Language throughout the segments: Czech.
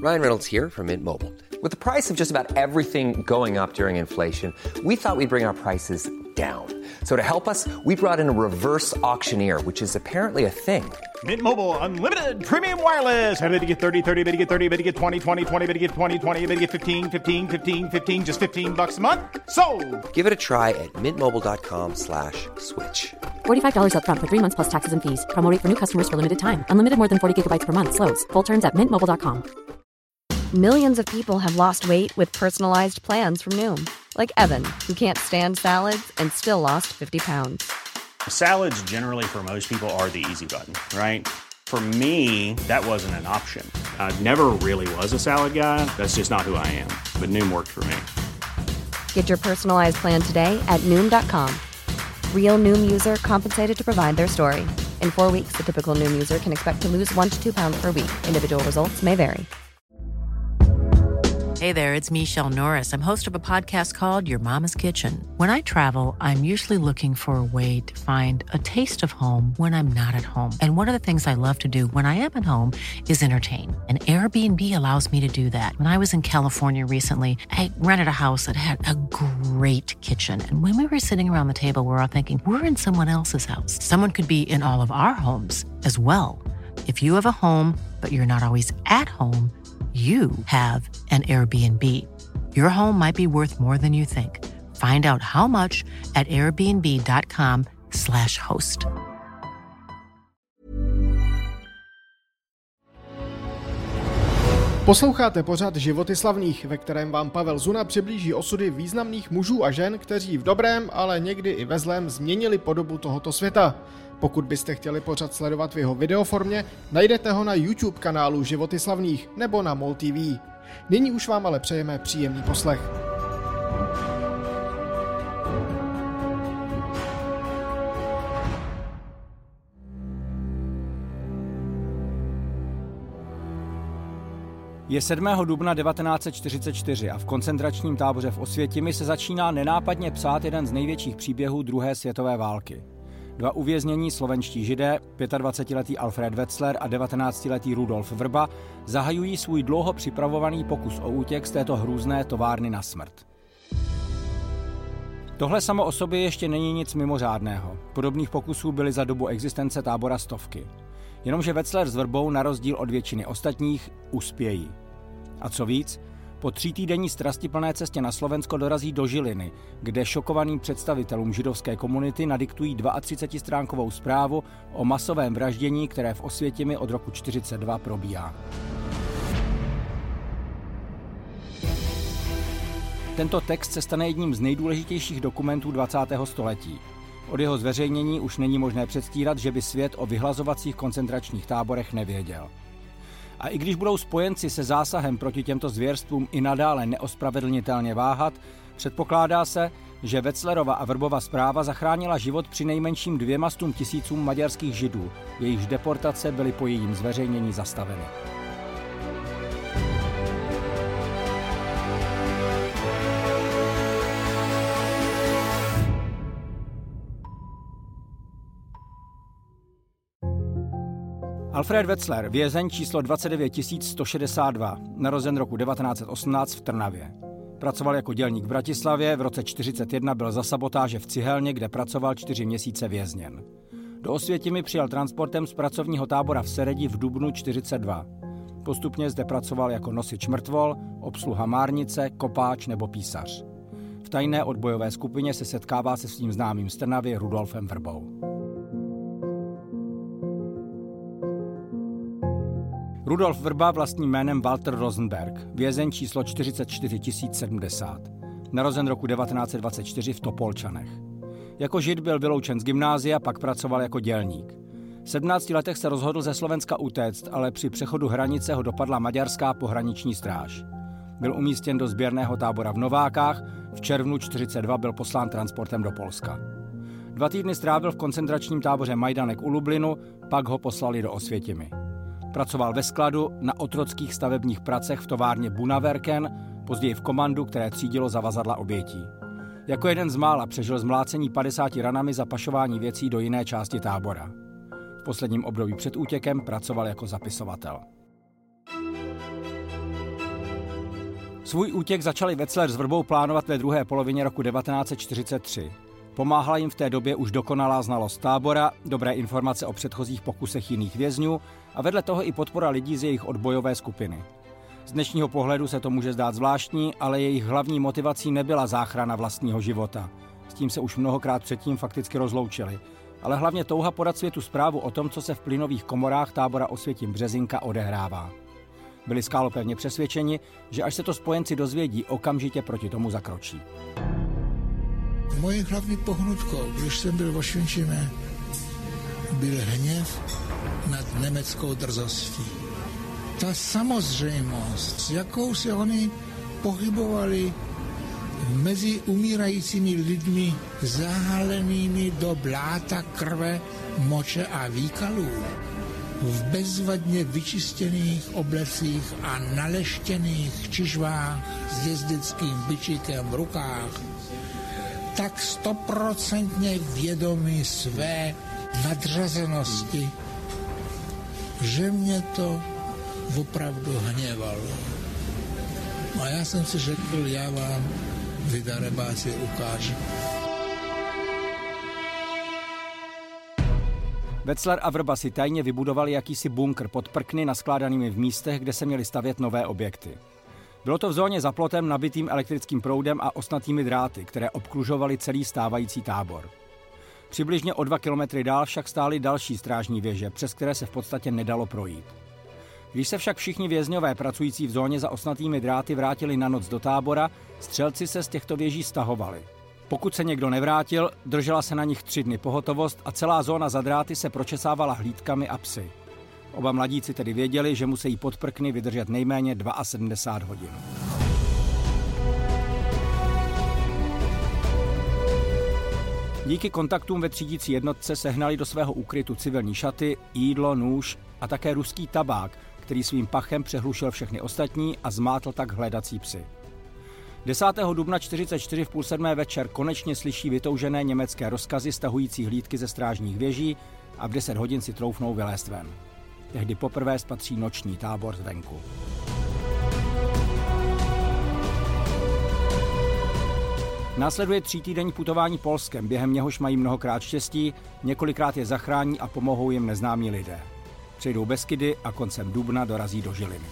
Ryan Reynolds here from Mint Mobile. With the price of just about everything going up during inflation, we thought we'd bring our prices down. So to help us, we brought in a reverse auctioneer, which is apparently a thing. Mint Mobile Unlimited Premium Wireless. How to get 30, 30, bit to get 30, bit to get 20, 20, 20, bit to get 20, 20, bit to get 15, 15, 15, 15, just $15 a month? Sold! Give it a try at mintmobile.com/switch. $45 up front for 3 months plus taxes and fees. Promo rate for new customers for limited time. Unlimited more than 40 gigabytes per month. Slows full terms at mintmobile.com. Millions of people have lost weight with personalized plans from Noom. Like Evan, who can't stand salads and still lost 50 pounds. Salads generally for most people are the easy button, right? For me, that wasn't an option. I never really was a salad guy. That's just not who I am. But Noom worked for me. Get your personalized plan today at Noom.com. Real Noom user compensated to provide their story. In 4 weeks, the typical Noom user can expect to lose 1 to 2 pounds per week. Individual results may vary. Hey there, it's Michelle Norris. I'm host of a podcast called Your Mama's Kitchen. When I travel, I'm usually looking for a way to find a taste of home when I'm not at home. And one of the things I love to do when I am at home is entertain. And Airbnb allows me to do that. When I was in California recently, I rented a house that had a great kitchen. And when we were sitting around the table, we're all thinking, we're in someone else's house. Someone could be in all of our homes as well. If you have a home, but you're not always at home, you have an Airbnb. Your home might be worth more than you think. Find out how much at airbnb.com/host. Posloucháte pořad Životy slavných, ve kterém vám Pavel Zuna přiblíží osudy významných mužů a žen, kteří v dobrém, ale někdy i ve zlém změnili podobu tohoto světa. Pokud byste chtěli pořad sledovat v jeho videoformě, najdete ho na YouTube kanálu Životy slavných nebo na MOL TV. Nyní už vám ale přejeme příjemný poslech. Je 7. dubna 1944 a v koncentračním táboře v Osvětimi se začíná nenápadně psát jeden z největších příběhů druhé světové války. 2 uvěznění slovenští židé, 25letý Alfred Wetzler a 19letý Rudolf Vrba, zahajují svůj dlouho připravovaný pokus o útěk z této hrůzné továrny na smrt. Tohle samo o sobě ještě není nic mimořádného. Podobných pokusů byly za dobu existence tábora stovky. Jenomže Wetzler s Vrbou na rozdíl od většiny ostatních uspějí. A co víc, po 3týdenní strastiplné cestě na Slovensko dorazí do Žiliny, kde šokovaným představitelům židovské komunity nadiktují 32stránkovou zprávu o masovém vraždění, které v Osvětimi od roku 1942 probíhá. Tento text se stane jedním z nejdůležitějších dokumentů 20. století. Od jeho zveřejnění už není možné předstírat, že by svět o vyhlazovacích koncentračních táborech nevěděl. A i když budou spojenci se zásahem proti těmto zvěrstvům i nadále neospravedlnitelně váhat, předpokládá se, že Wetzlerova a Vrbova zpráva zachránila život přinejmenším 200 000 maďarských židů, jejichž deportace byly po jejím zveřejnění zastaveny. Alfred Wetzler, vězeň číslo 29162, narozen roku 1918 v Trnavě. Pracoval jako dělník v Bratislavě, v roce 1941 byl za sabotáže v cihelně, kde pracoval 4 měsíce vězněn. Do Osvětimi přijel transportem z pracovního tábora v Seredi v dubnu 1942. Postupně zde pracoval jako nosič mrtvol, obsluha márnice, kopáč nebo písař. V tajné odbojové skupině se setkává se svým známým z Trnavy Rudolfem Vrbou. Rudolf Vrba vlastním jménem Walter Rosenberg, vězeň číslo 44070, narozen roku 1924 v Topolčanech. Jako žid byl vyloučen z gymnázia, pak pracoval jako dělník. V 17 letech se rozhodl ze Slovenska utéct, ale při přechodu hranice ho dopadla maďarská pohraniční stráž. Byl umístěn do sběrného tábora v Novákách, v červnu 1942 byl poslán transportem do Polska. 2 týdny strávil v koncentračním táboře Majdanek u Lublinu, pak ho poslali do Osvětimi. Pracoval ve skladu, na otrockých stavebních pracech v továrně Bunaverken, později v komandu, které třídilo zavazadla obětí. Jako jeden z mála přežil zmlácení 50 ranami za pašování věcí do jiné části tábora. V posledním období před útěkem pracoval jako zapisovatel. Svůj útěk začali Wetzler s Vrbou plánovat ve druhé polovině roku 1943. Pomáhala jim v té době už dokonalá znalost tábora, dobré informace o předchozích pokusech jiných vězňů a vedle toho i podpora lidí z jejich odbojové skupiny. Z dnešního pohledu se to může zdát zvláštní, ale jejich hlavní motivací nebyla záchrana vlastního života. S tím se už mnohokrát předtím fakticky rozloučili, ale hlavně touha podat světu zprávu o tom, co se v plynových komorách tábora Osvětim-Březinka odehrává. Byli skálopevně přesvědčeni, že až se to spojenci dozvědí, okamžitě proti tomu zakročí. Mojí hlavní pohnutkou, když jsem byl v Osvětimi, byl hněv nad německou drzostí. Ta samozřejmost, s jakou se oni pohybovali mezi umírajícími lidmi zahalenými do bláta, krve, moče a výkalů, v bezvadně vyčistěných oblecích a naleštěných čižvách s jezdeckým bičíkem v rukách, tak 100% vědomí své nadřazenosti, že mě to opravdu hněvalo. A já jsem si řekl, já vám vy darebáci ukážu. Wetzler a Vrba si tajně vybudovali jakýsi bunkr pod prkny naskládanými v místech, kde se měly stavět nové objekty. Bylo to v zóně za plotem nabitým elektrickým proudem a ostnatými dráty, které obklužovaly celý stávající tábor. Přibližně o 2 kilometry dál však stály další strážní věže, přes které se v podstatě nedalo projít. Když se však všichni vězňové pracující v zóně za ostnatými dráty vrátili na noc do tábora, střelci se z těchto věží stahovali. Pokud se někdo nevrátil, držela se na nich 3 dny pohotovost a celá zóna za dráty se pročesávala hlídkami a psy. Oba mladíci tedy věděli, že musí pod prkny vydržet nejméně 72 hodin. Díky kontaktům ve třídící jednotce sehnali do svého úkrytu civilní šaty, jídlo, nůž a také ruský tabák, který svým pachem přehlušil všechny ostatní a zmátl tak hledací psy. 10. dubna 1944 v 6:30 večer konečně slyší vytoužené německé rozkazy stahující hlídky ze strážních věží a v 10 hodin si troufnou vylézt ven. Tehdy poprvé spatří noční tábor zvenku. Následuje 3týdenní putování Polskem, během něhož mají mnohokrát štěstí, několikrát je zachrání a pomohou jim neznámí lidé. Přejdou Beskydy a koncem dubna dorazí do Žiliny.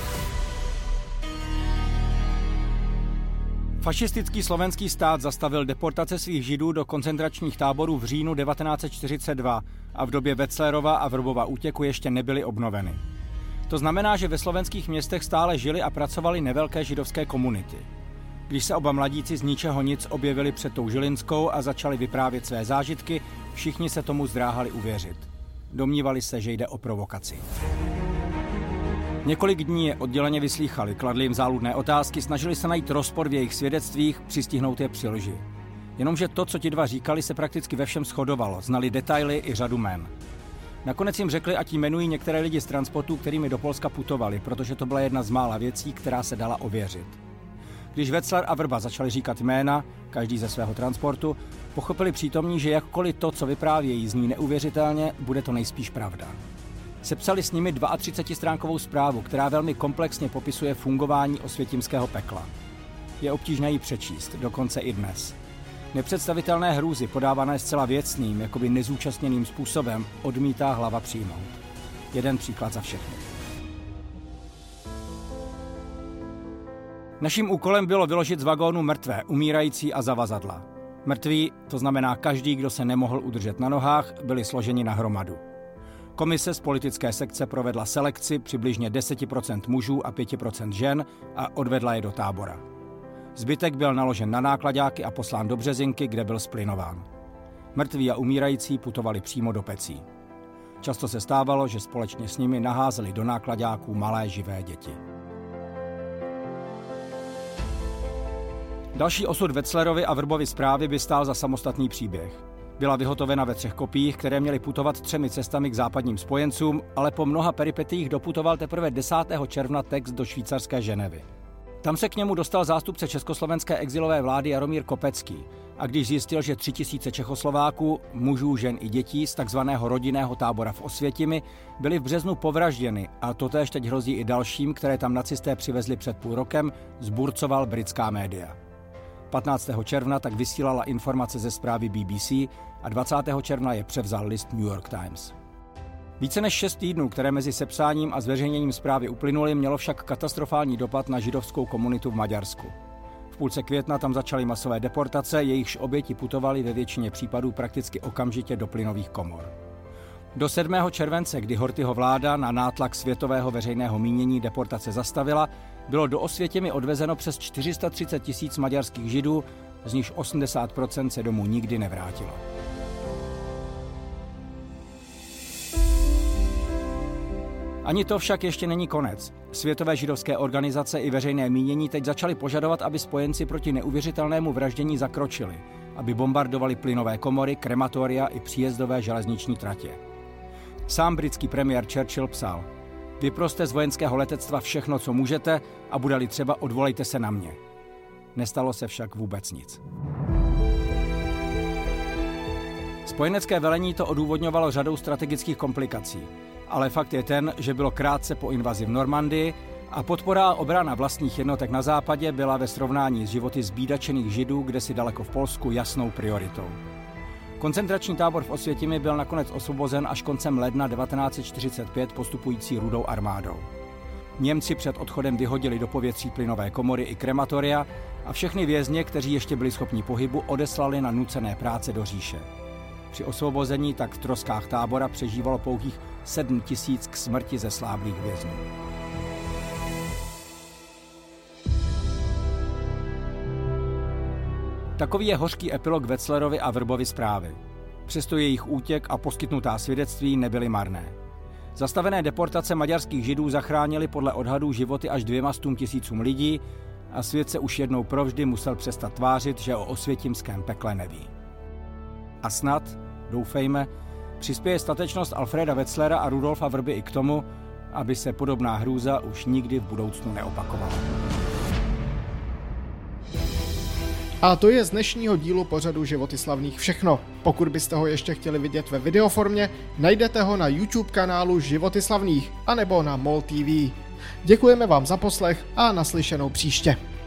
Fašistický slovenský stát zastavil deportace svých Židů do koncentračních táborů v říjnu 1942 a v době Wetzlerova a Vrbova útěku ještě nebyly obnoveny. To znamená, že ve slovenských městech stále žili a pracovali nevelké židovské komunity. Když se oba mladíci z ničeho nic objevili před tou Žilinskou a začali vyprávět své zážitky, všichni se tomu zdráhali uvěřit. Domnívali se, že jde o provokaci. Několik dní je odděleně vyslýchali, kladli jim záludné otázky, snažili se najít rozpor v jejich svědectvích, přistihnout je při lži. Jenomže to, co ti dva říkali, se prakticky ve všem shodovalo, znali detaily i řadu jmen. Nakonec jim řekli, ať jmenují některé lidi z transportů, kterými do Polska putovali, protože to byla jedna z mála věcí, která se dala ověřit. Když Wetzler a Vrba začali říkat jména, každý ze svého transportu, pochopili přítomní, že jakkoliv to, co vyprávějí, zní neuvěřitelně, bude to nejspíš pravda. Sepsali s nimi 32stránkovou zprávu, která velmi komplexně popisuje fungování osvětimského pekla. Je obtížné ji přečíst, dokonce i dnes. Nepředstavitelné hrůzy, podávané zcela věcným, jakoby nezúčastněným způsobem, odmítá hlava přijmout. Jeden příklad za všechny. Naším úkolem bylo vyložit z vagónu mrtvé, umírající a zavazadla. Mrtví, to znamená každý, kdo se nemohl udržet na nohách, byli složeni na hromadu. Komise z politické sekce provedla selekci přibližně 10% mužů a 5% žen a odvedla je do tábora. Zbytek byl naložen na náklaďáky a poslán do Březinky, kde byl splynován. Mrtví a umírající putovali přímo do pecí. Často se stávalo, že společně s nimi naházeli do náklaďáků malé živé děti. Další osud Wetzlerovy a Vrbovy zprávy by stál za samostatný příběh. Byla vyhotovena ve 3 kopiích, které měly putovat 3 cestami k západním spojencům, ale po mnoha peripetiích doputoval teprve 10. června text do švýcarské Ženevy. Tam se k němu dostal zástupce československé exilové vlády Jaromír Kopecký, a když zjistil, že 3000 Čechoslováků, mužů, žen i dětí z takzvaného rodinného tábora v Osvětimi byli v březnu povražděni a totéž teď hrozí i dalším, které tam nacisté přivezli před půl rokem, zburcoval britská média. 15. června tak vysílala informace ze zprávy BBC a 20. června je převzal list New York Times. Více než 6 týdnů, které mezi sepsáním a zveřejněním zprávy uplynuly, mělo však katastrofální dopad na židovskou komunitu v Maďarsku. V půlce května tam začaly masové deportace, jejichž oběti putovaly ve většině případů prakticky okamžitě do plynových komor. Do 7. července, kdy Horthyho vláda na nátlak světového veřejného mínění deportace zastavila, bylo do Osvětimi odvezeno přes 430 000 maďarských židů, z nichž 80% se domů nikdy nevrátilo. Ani to však ještě není konec. Světové židovské organizace i veřejné mínění teď začaly požadovat, aby spojenci proti neuvěřitelnému vraždění zakročili, aby bombardovali plynové komory, krematoria i příjezdové železniční tratě. Sám britský premiér Churchill psal: vyproste z vojenského letectva všechno, co můžete, a bude-li třeba, odvolejte se na mě. Nestalo se však vůbec nic. Spojenecké velení to odůvodňovalo řadou strategických komplikací, ale fakt je ten, že bylo krátce po invazi v Normandii a podpora a obrana vlastních jednotek na západě byla ve srovnání s životy zbídačených židů kdesi daleko v Polsku jasnou prioritou. Koncentrační tábor v Osvětimi byl nakonec osvobozen až koncem ledna 1945 postupující Rudou armádou. Němci před odchodem vyhodili do povětří plynové komory i krematoria a všechny vězně, kteří ještě byli schopni pohybu, odeslali na nucené práce do říše. Při osvobození tak v troskách tábora přežívalo pouhých 7 000 k smrti zesláblých vězňů. Takový je hořký epilog Wetzlerovy a Vrbovy zprávy. Přesto jejich útěk a poskytnutá svědectví nebyly marné. Zastavené deportace maďarských židů zachránily podle odhadů životy až 200 000 lidí a svět se už jednou provždy musel přestat tvářit, že o osvětimském pekle neví. A snad, doufejme, přispěje statečnost Alfreda Wetzlera a Rudolfa Vrby i k tomu, aby se podobná hrůza už nikdy v budoucnu neopakovala. A to je z dnešního dílu pořadu Životy slavných všechno. Pokud byste ho ještě chtěli vidět ve videoformě, najdete ho na YouTube kanálu Životy slavných anebo na MOL TV. Děkujeme vám za poslech a naslyšenou příště.